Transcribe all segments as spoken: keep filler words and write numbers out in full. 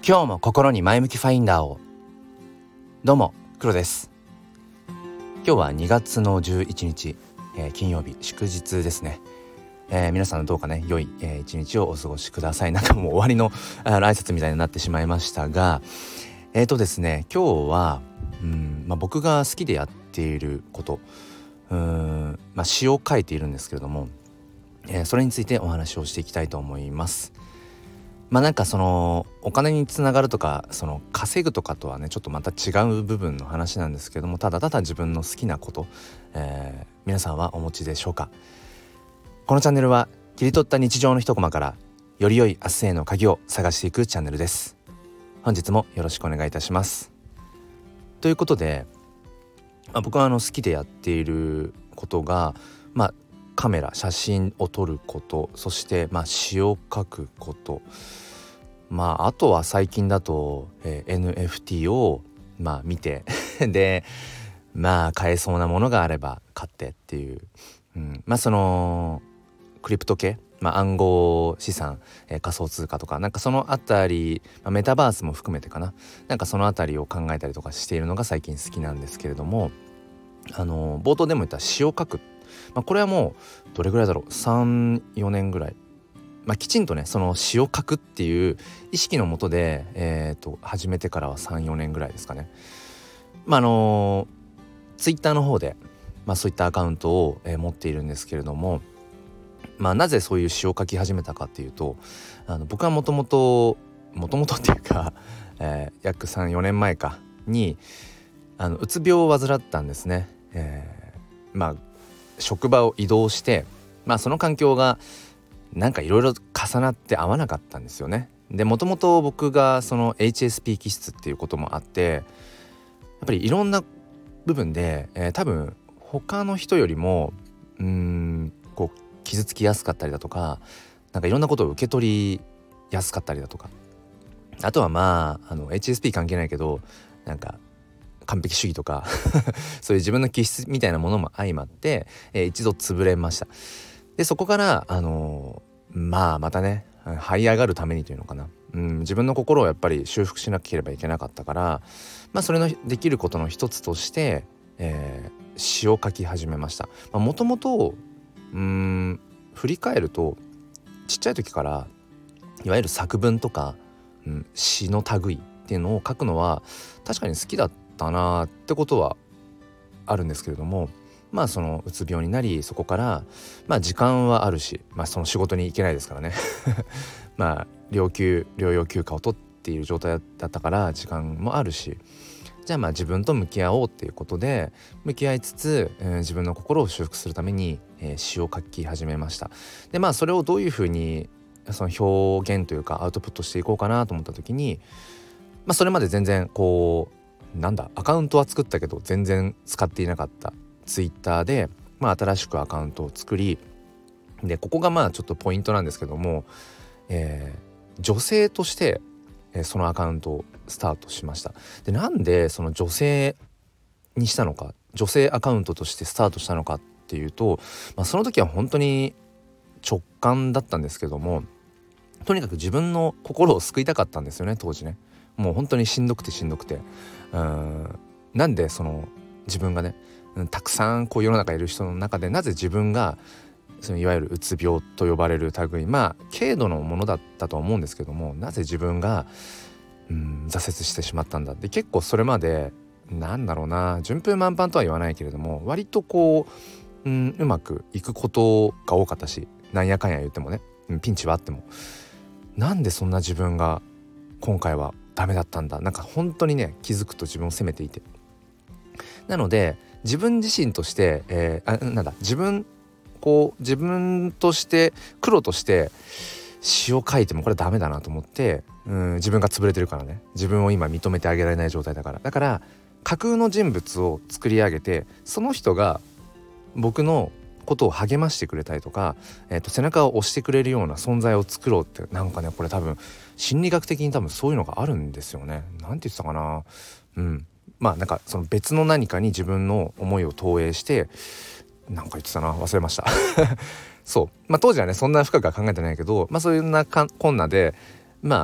今日も心に前向きファインダーを。どうも黒です。今日はにがつのじゅういちにち、えー、金曜日、祝日ですね。えー、皆さんどうかね良い、えー、一日をお過ごしください。なんかもう終わりのあの挨拶みたいになってしまいましたが、えーとですね今日はうん、まあ、僕が好きでやっていることうーん、まあ、詩を書いているんですけれども、えー、それについてお話をしていきたいと思います。まあなんかそのお金につながるとかその稼ぐとかとはねちょっとまた違う部分の話なんですけども、ただただ自分の好きなこと、えー、皆さんはお持ちでしょうか。このチャンネルは切り取った日常の一コマからより良い明日への鍵を探していくチャンネルです。本日もよろしくお願いいたします。ということで、まあ、僕はあの好きでやっていることが、まあ、カメラ写真を撮ること、そしてまあ詩を書くこと、まああとは最近だと、えー、エヌエフティー をまあ見てでまあ買えそうなものがあれば買ってっていう、うん、まあそのクリプト系、まあ、暗号資産、えー、仮想通貨とかなんかそのあたり、まあ、メタバースも含めてかな、なんかそのあたりを考えたりとかしているのが最近好きなんですけれども、あの冒頭でも言った詩を書く、まあ、これはもうどれぐらいだろうさん、よねんぐらい、まあ、きちんとねその詩を書くっていう意識のもとで、えー、と始めてからはさん、よねんぐらいですかね。まああのツイッターの方で、まあ、そういったアカウントを、えー、持っているんですけれども、まあなぜそういう詩を書き始めたかっていうと、あの僕はもともともともとっていうか、えー、約さん、よねんまえかにあのうつ病を患ったんですね。えー、まあ職場を移動して、まあその環境がなんかいろいろ重なって合わなかったんですよね。でもともと僕がその エイチエスピー 気質っていうこともあって、やっぱりいろんな部分で、えー、多分他の人よりもうーんこう傷つきやすかったりだとか、なんかいろんなことを受け取りやすかったりだとか、あとはまああの エイチエスピー 関係ないけどなんか完璧主義とかそういう自分の気質みたいなものも相まって、えー、一度潰れました。でそこからあのー、まあまたね這い上がるためにというのかな、うん、自分の心をやっぱり修復しなければいけなかったから、まあそれのできることの一つとして、えー、詩を書き始めました。もともとうーん振り返るとちっちゃい時からいわゆる作文とか、うん、詩の類っていうのを書くのは確かに好きだったなってことはあるんですけれども、まあそのうつ病になりそこからまあ時間はあるし、まあその仕事に行けないですからねまあ療休療養休暇を取っている状態だったから時間もあるし、じゃあまあ自分と向き合おうっていうことで向き合いつつ、えー、自分の心を修復するために、えー、詩を書き始めました。でまあそれをどういうふうにその表現というかアウトプットしていこうかなと思った時に、まあそれまで全然こうなんだアカウントは作ったけど全然使っていなかったツイッターで、まあ、新しくアカウントを作り、でここがまあちょっとポイントなんですけども、えー、女性としてそのアカウントをスタートしました。でなんでその女性にしたのか、女性アカウントとしてスタートしたのかっていうと、まあ、その時は本当に直感だったんですけども、とにかく自分の心を救いたかったんですよね当時ね。もう本当にしんどくてしんどくて、うーんなんでその自分がねたくさんこう世の中いる人の中でなぜ自分がそのいわゆるうつ病と呼ばれる類、まあ軽度のものだったと思うんですけども、なぜ自分がうん挫折してしまったんだって、結構それまでなんだろうな順風満帆とは言わないけれども割とこう、うん、うまくいくことが多かったし、なんやかんや言ってもねピンチはあってもなんでそんな自分が今回はダメだったんだ、なんか本当にね気づくと自分を責めていて、なので自分自身として、えー、あなんだ自分こう自分として黒として詩を書いてもこれダメだなと思って、うん自分が潰れてるからね、自分を今認めてあげられない状態だからだから架空の人物を作り上げて、その人が僕のことを励ましてくれたりとか、えー、と背中を押してくれるような存在を作ろうって、なんかねこれ多分心理学的に多分そういうのがあるんですよね。なんて言ってたかな、うんまあなんかその別の何かに自分の思いを投影してなんか言ってたな、忘れましたそうまあ当時はねそんな深くは考えてないけど、まあそういうなかこんなでまああの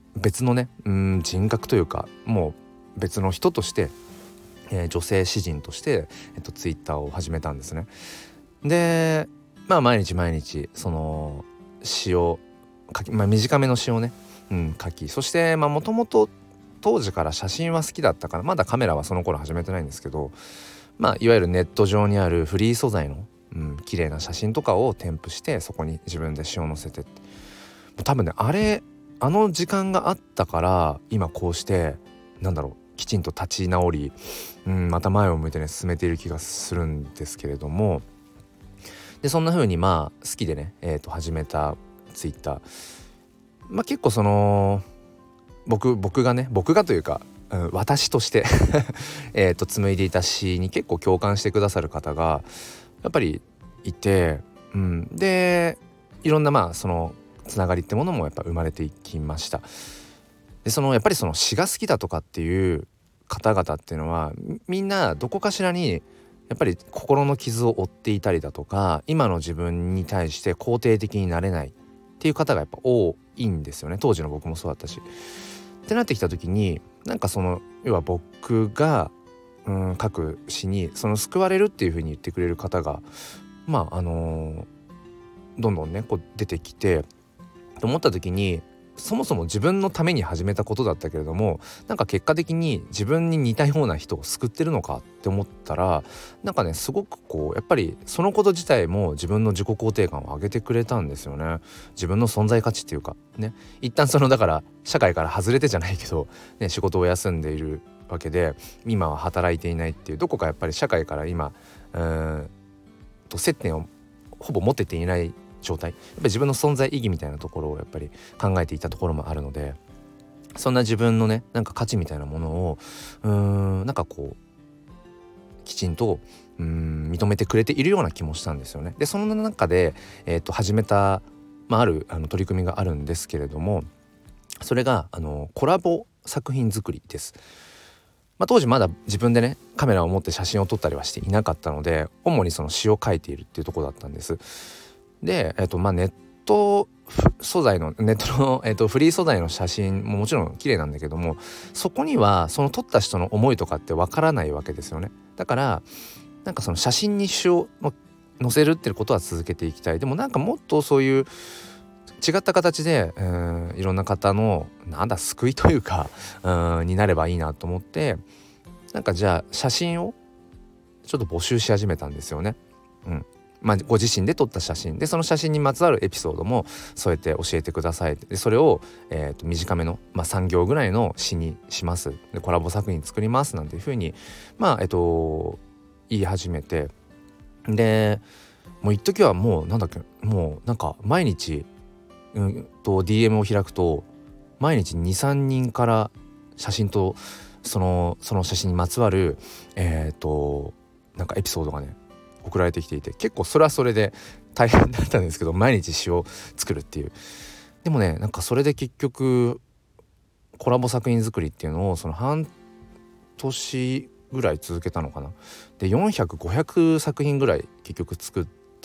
別のねうん人格というかもう別の人として、えー、女性詩人として、えっと、ツイッターを始めたんですね。でまあ毎日毎日その詩を書き、まあ、短めの詩をね、うん、書き、そしてまあもともと当時から写真は好きだったから、まだカメラはその頃始めてないんですけど、まあいわゆるネット上にあるフリー素材の、うん、綺麗な写真とかを添付してそこに自分で詩を載せてって、多分ねあれあの時間があったから今こうしてなんだろうきちんと立ち直り、うん、また前を向いてね進めている気がするんですけれども、でそんな風にまあ好きでね、えー、と始めたツイッター、まあ結構その僕僕がね僕がというか、うん、私としてえと紡いでいた詩に結構共感してくださる方がやっぱりいて、うん、でいろんなまあそのつながりってものもやっぱ生まれていきました。でそのやっぱりその詩が好きだとかっていう方々っていうのはみんなどこかしらにやっぱり心の傷を負っていたりだとか、今の自分に対して肯定的になれないっていう方がやっぱ多いんですよね。当時の僕もそうだったし。ってなってきた時になんかその要は僕が、うん、書く詩にその救われるっていう風に言ってくれる方がまああのー、どんどんねこう出てきてと思った時に、そもそも自分のために始めたことだったけれどもなんか結果的に自分に似たような人を救ってるのかって思ったら、なんかねすごくこうやっぱりそのこと自体も自分の自己肯定感を上げてくれたんですよね。自分の存在価値っていうかね、一旦そのだから社会から外れてじゃないけど、ね、仕事を休んでいるわけで今は働いていないっていう、どこかやっぱり社会から今うーんと接点をほぼ持てていない状態、やっぱり自分の存在意義みたいなところをやっぱり考えていたところもあるので、そんな自分のねなんか価値みたいなものをうーんなんかこうきちんとうーん認めてくれているような気もしたんですよね。でその中で、えー、と始めた、まあ、あるあの取り組みがあるんですけれども、それがあのコラボ作品作りです。まあ、当時まだ自分でねカメラを持って写真を撮ったりはしていなかったので、主にその詩を書いているっていうところだったんです。で、えっとまあ、ネット素材のネットの、えっと、フリー素材の写真ももちろん綺麗なんだけども、そこにはその撮った人の思いとかってわからないわけですよね。だからなんかその写真に詩を載せるっていうことは続けていきたい。でもなんかもっとそういう違った形で、うん、いろんな方のなんだ救いというか、うん、になればいいなと思って、なんかじゃあ写真をちょっと募集し始めたんですよね。うんまあ、ご自身で撮った写真で、その写真にまつわるエピソードも添えて教えてください。でそれを、えー、と短めの、まあ、さん行ぐらいの詩にします。でコラボ作品作りますなんていうふうにまあえっと言い始めて、でもう一時はもうなんだっけもうなんか毎日、うん、と ディーエム を開くと毎日 に,さん 人から写真とそのその写真にまつわるえっとなんかエピソードがね送られてきていて、結構それはそれで大変だったんですけど、毎日詩を作るっていう。でもねなんかそれで結局コラボ作品作りっていうのをその半年ぐらい続けたのかな。でよんひゃく、ごひゃく作品ぐらい結局作って、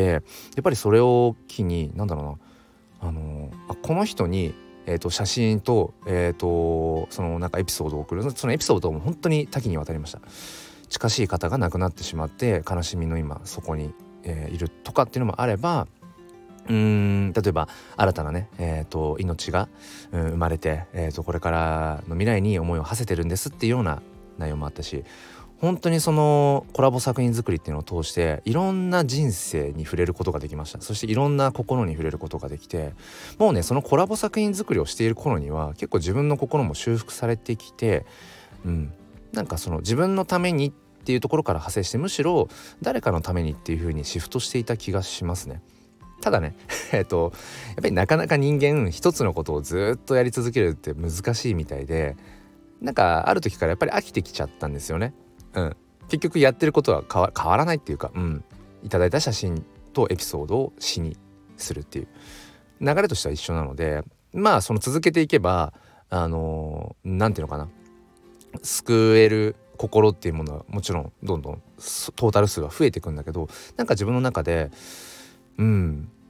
やっぱりそれを機になんだろうなあのあこの人にえー、と写真と,、えー、とそのなんかエピソードを送る。そのエピソードも本当に多岐にわたりました。近しい方が亡くなってしまって悲しみの今そこに、えー、いるとかっていうのもあれば、うーん例えば新たなね、えー、と命が、うん、生まれて、えー、とこれからの未来に思いを馳せてるんですっていうような内容もあったし、本当にそのコラボ作品作りっていうのを通していろんな人生に触れることができました。そしていろんな心に触れることができて、もうねそのコラボ作品作りをしている頃には結構自分の心も修復されてきて、うんなんかその自分のためにっていうところから派生して、むしろ誰かのためにっていう風にシフトしていた気がしますね。ただねえっとやっぱりなかなか人間一つのことをずっとやり続けるって難しいみたいで、なんかある時からやっぱり飽きてきちゃったんですよね。うん、結局やってることは変わ、変わらないっていうか、うん、いただいた写真とエピソードを詩にするっていう流れとしては一緒なので、まあその続けていけばあのー、なんていうのかな救える心っていうものはもちろんどんどんトータル数は増えていくんだけど、なんか自分の中でうん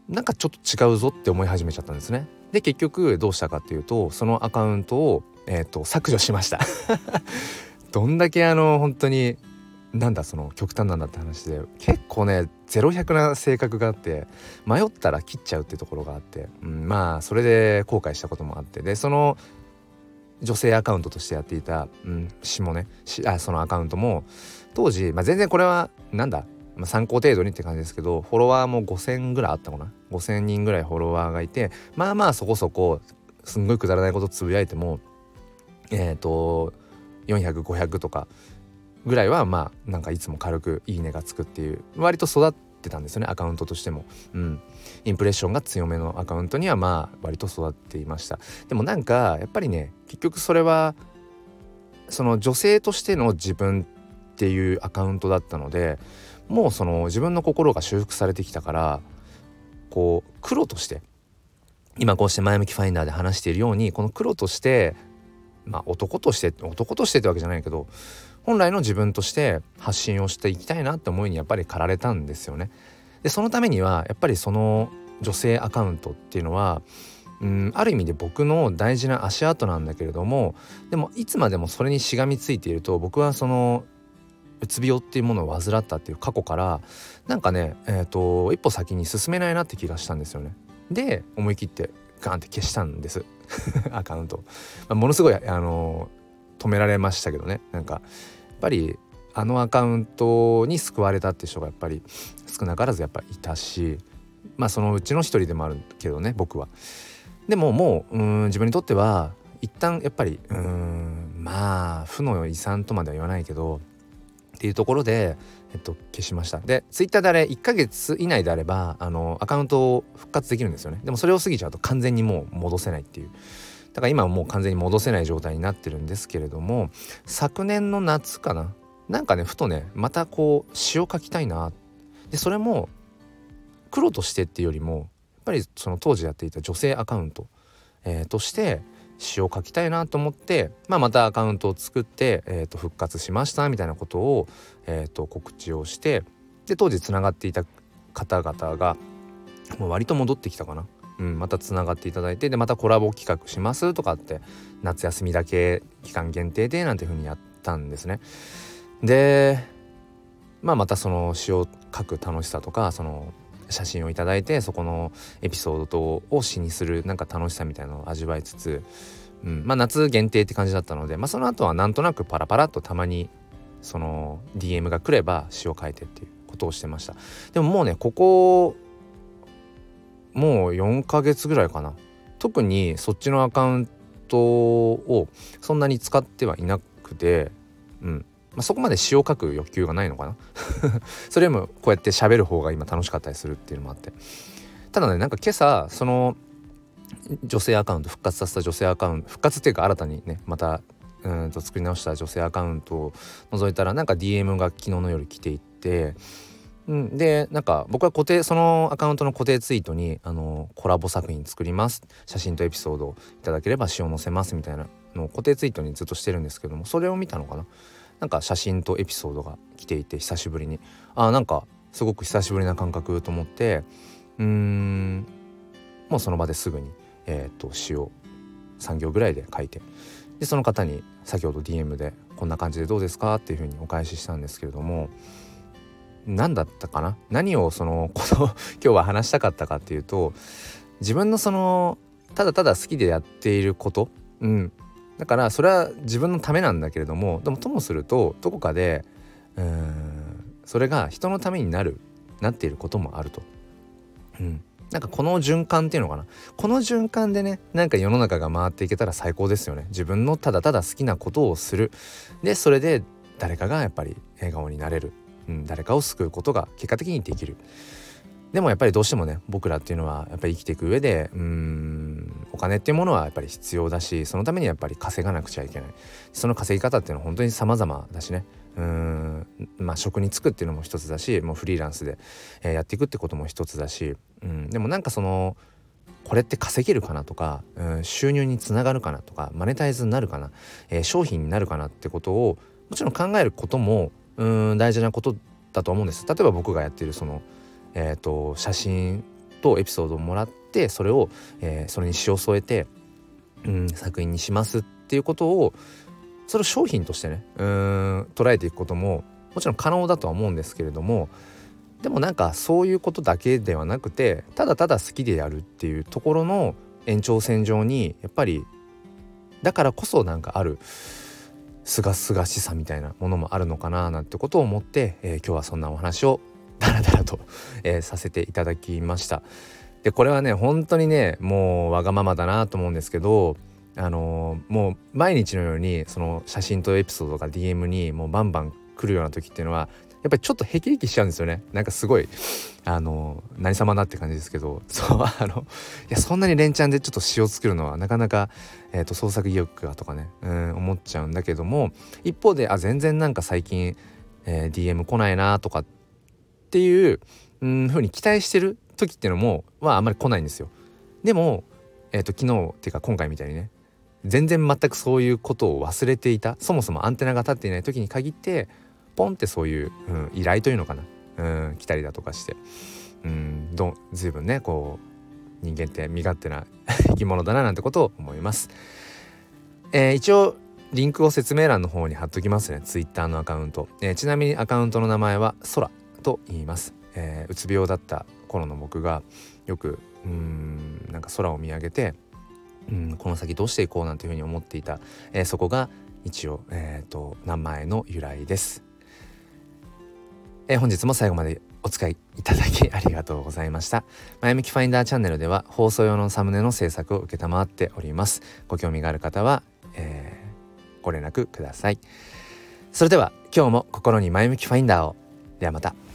なんかちょっと違うぞって思い始めちゃったんですね。で結局どうしたかっていうと、そのアカウントを、えー、と削除しましたどんだけあの本当になんだその極端なんだって話で、結構ねゼロひゃくな性格があって、迷ったら切っちゃうっていうところがあって、うん、まあそれで後悔したこともあって、でその女性アカウントとしてやっていた、うん、詩もねしあそのアカウントも当時、まあ、全然これはなんだ、まあ、参考程度にって感じですけど、フォロワーもごせんぐらいあったかな、ごせんにんぐらいフォロワーがいて、まあまあそこそこすんごいくだらないことつぶやいてもえっ、ー、とよんひゃくごひゃくとかぐらいはまあなんかいつも軽くいいねがつくっていう、割と育ってたんですよね、アカウントとしても。うんインプレッションが強めのアカウントにはまあ割と育っていました。でもなんかやっぱりね、結局それはその女性としての自分っていうアカウントだったので、もうその自分の心が修復されてきたから、こう黒として今こうして前向きファインダーで話しているように、この黒としてまあ男として男としてってわけじゃないけど、本来の自分として発信をしていきたいなって思いにやっぱり駆られたんですよね。でそのためにはやっぱりその女性アカウントっていうのは、うん、ある意味で僕の大事な足跡なんだけれども、でもいつまでもそれにしがみついていると、僕はそのうつ病っていうものを患ったっていう過去からなんかね、えーと、一歩先に進めないなって気がしたんですよね。で思い切ってガーンって消したんですアカウント、まあ、ものすごいあの止められましたけどね。なんかやっぱりあのアカウントに救われたって人がやっぱり少なからずやっぱいたし、まあそのうちの一人でもあるけどね、僕は。でももう、うーん自分にとっては一旦やっぱりうーんまあ負の遺産とまでは言わないけどっていうところで、えっと、消しました。でツイッターであれいっかげつ以内であればあのアカウントを復活できるんですよね。でもそれを過ぎちゃうと完全にもう戻せないっていう、だから今はもう完全に戻せない状態になってるんですけれども、昨年の夏かな、なんかねふとねまたこう詩を書きたいな。でそれも黒としてっていうよりもやっぱりその当時やっていた女性アカウント、えー、として詩を書きたいなと思って、まあ、またアカウントを作って、えー、と復活しましたみたいなことを、えー、と告知をして、で当時つながっていた方々がもう割と戻ってきたかな、うん、またつながっていただいて、でまたコラボ企画しますとかって夏休みだけ期間限定でなんていう風にやったんですね。でまあまたその詩を書く楽しさとか、その写真をいただいてそこのエピソードを詩にするなんか楽しさみたいなのを味わいつつ、うん、まあ夏限定って感じだったので、まあその後はなんとなくパラパラっとたまにその ディーエム が来れば詩を書いてっていうことをしてました。でももうねここもうよんかげつぐらいかな、特にそっちのアカウントをそんなに使ってはいなくて、うんまあ、そこまで詩を書く欲求がないのかなそれよりもこうやって喋る方が今楽しかったりするっていうのもあって、ただねなんか今朝その女性アカウント復活させた女性アカウント復活っていうか新たにねまたうんと作り直した女性アカウントを覗いたら、なんか ディーエム が昨日の夜来ていって、うん、でなんか僕は固定そのアカウントの固定ツイートにあのコラボ作品作ります、写真とエピソードをいただければ詩を載せますみたいなのを固定ツイートにずっとしてるんですけども、それを見たのかな、なんか写真とエピソードが来ていて久しぶりに、あなんかすごく久しぶりな感覚と思って、うーんもうその場ですぐに、えー、と詩をさん行ぐらいで書いて、でその方に先ほど ディーエム でこんな感じでどうですかっていうふうにお返ししたんですけれども、何だったかな、何をそのこの今日は話したかったかっていうと、自分のそのただただ好きでやっていること、うんだからそれは自分のためなんだけれども、でもともするとどこかでうーんそれが人のためになるなっていることもあると、うん、なんかこの循環っていうのかな、この循環でねなんか世の中が回っていけたら最高ですよね。自分のただただ好きなことをする、でそれで誰かがやっぱり笑顔になれる、うん、誰かを救うことが結果的にできる。でもやっぱりどうしてもね僕らっていうのはやっぱり生きていく上でうーんお金っていうものはやっぱり必要だし、そのためにやっぱり稼がなくちゃいけない。その稼ぎ方っていうのは本当に様々だしね、うーんまあ職に就くっていうのも一つだし、もうフリーランスで、えー、やっていくってことも一つだし、うん、でもなんかそのこれって稼げるかなとか、うん、収入につながるかなとか、マネタイズになるかな、えー、商品になるかなってことをもちろん考えることもうん大事なことだと思うんです。例えば僕がやっているそのえー、と写真とエピソードをもらって、それを、えー、それに詩を添えて、うん、作品にしますっていうことを、それを商品としてねうーん捉えていくことももちろん可能だとは思うんですけれども、でもなんかそういうことだけではなくて、ただただ好きでやるっていうところの延長線上に、やっぱりだからこそなんかあるすがすがしさみたいなものもあるのかななんてことを思って、えー、今日はそんなお話をダラダラと、えー、させていただきました。でこれはね本当にねもうわがままだなと思うんですけど、あのー、もう毎日のようにその写真とエピソードが ディーエム にもうバンバン来るような時っていうのはやっぱりちょっとヘキヘキしちゃうんですよね。なんかすごいあのー、何様だって感じですけど、そうあのいやそんなに連チャンでちょっと詩を作るのはなかなか、えー、と創作意欲がとかねうん思っちゃうんだけども、一方であ全然なんか最近、えー、ディーエム 来ないなとかっていううん風に期待してる時っていうのもはあんまり来ないんですよ。でも、えー、と昨日っていうか今回みたいにね全然全くそういうことを忘れていた、そもそもアンテナが立っていない時に限ってポンってそういう、うん、依頼というのかな、うん、来たりだとかして、うんどずいぶんねこう人間って身勝手な生き物だななんてことを思います。えー、一応リンクを説明欄の方に貼っときますね。ツイッターのアカウント、えー、ちなみにアカウントの名前は空と言います。えー、うつ病だった頃の僕がよくうーんなんか空を見上げて、うん、この先どうしていこうなんていうふうに思っていた、えー、そこが一応、えー、と名前の由来です。えー、本日も最後までお使いいただきありがとうございました。前向きファインダーチャンネルでは放送用のサムネの制作を受けたまわっております。ご興味がある方は、えー、ご連絡ください。それでは今日も心に前向きファインダーを。ではまた。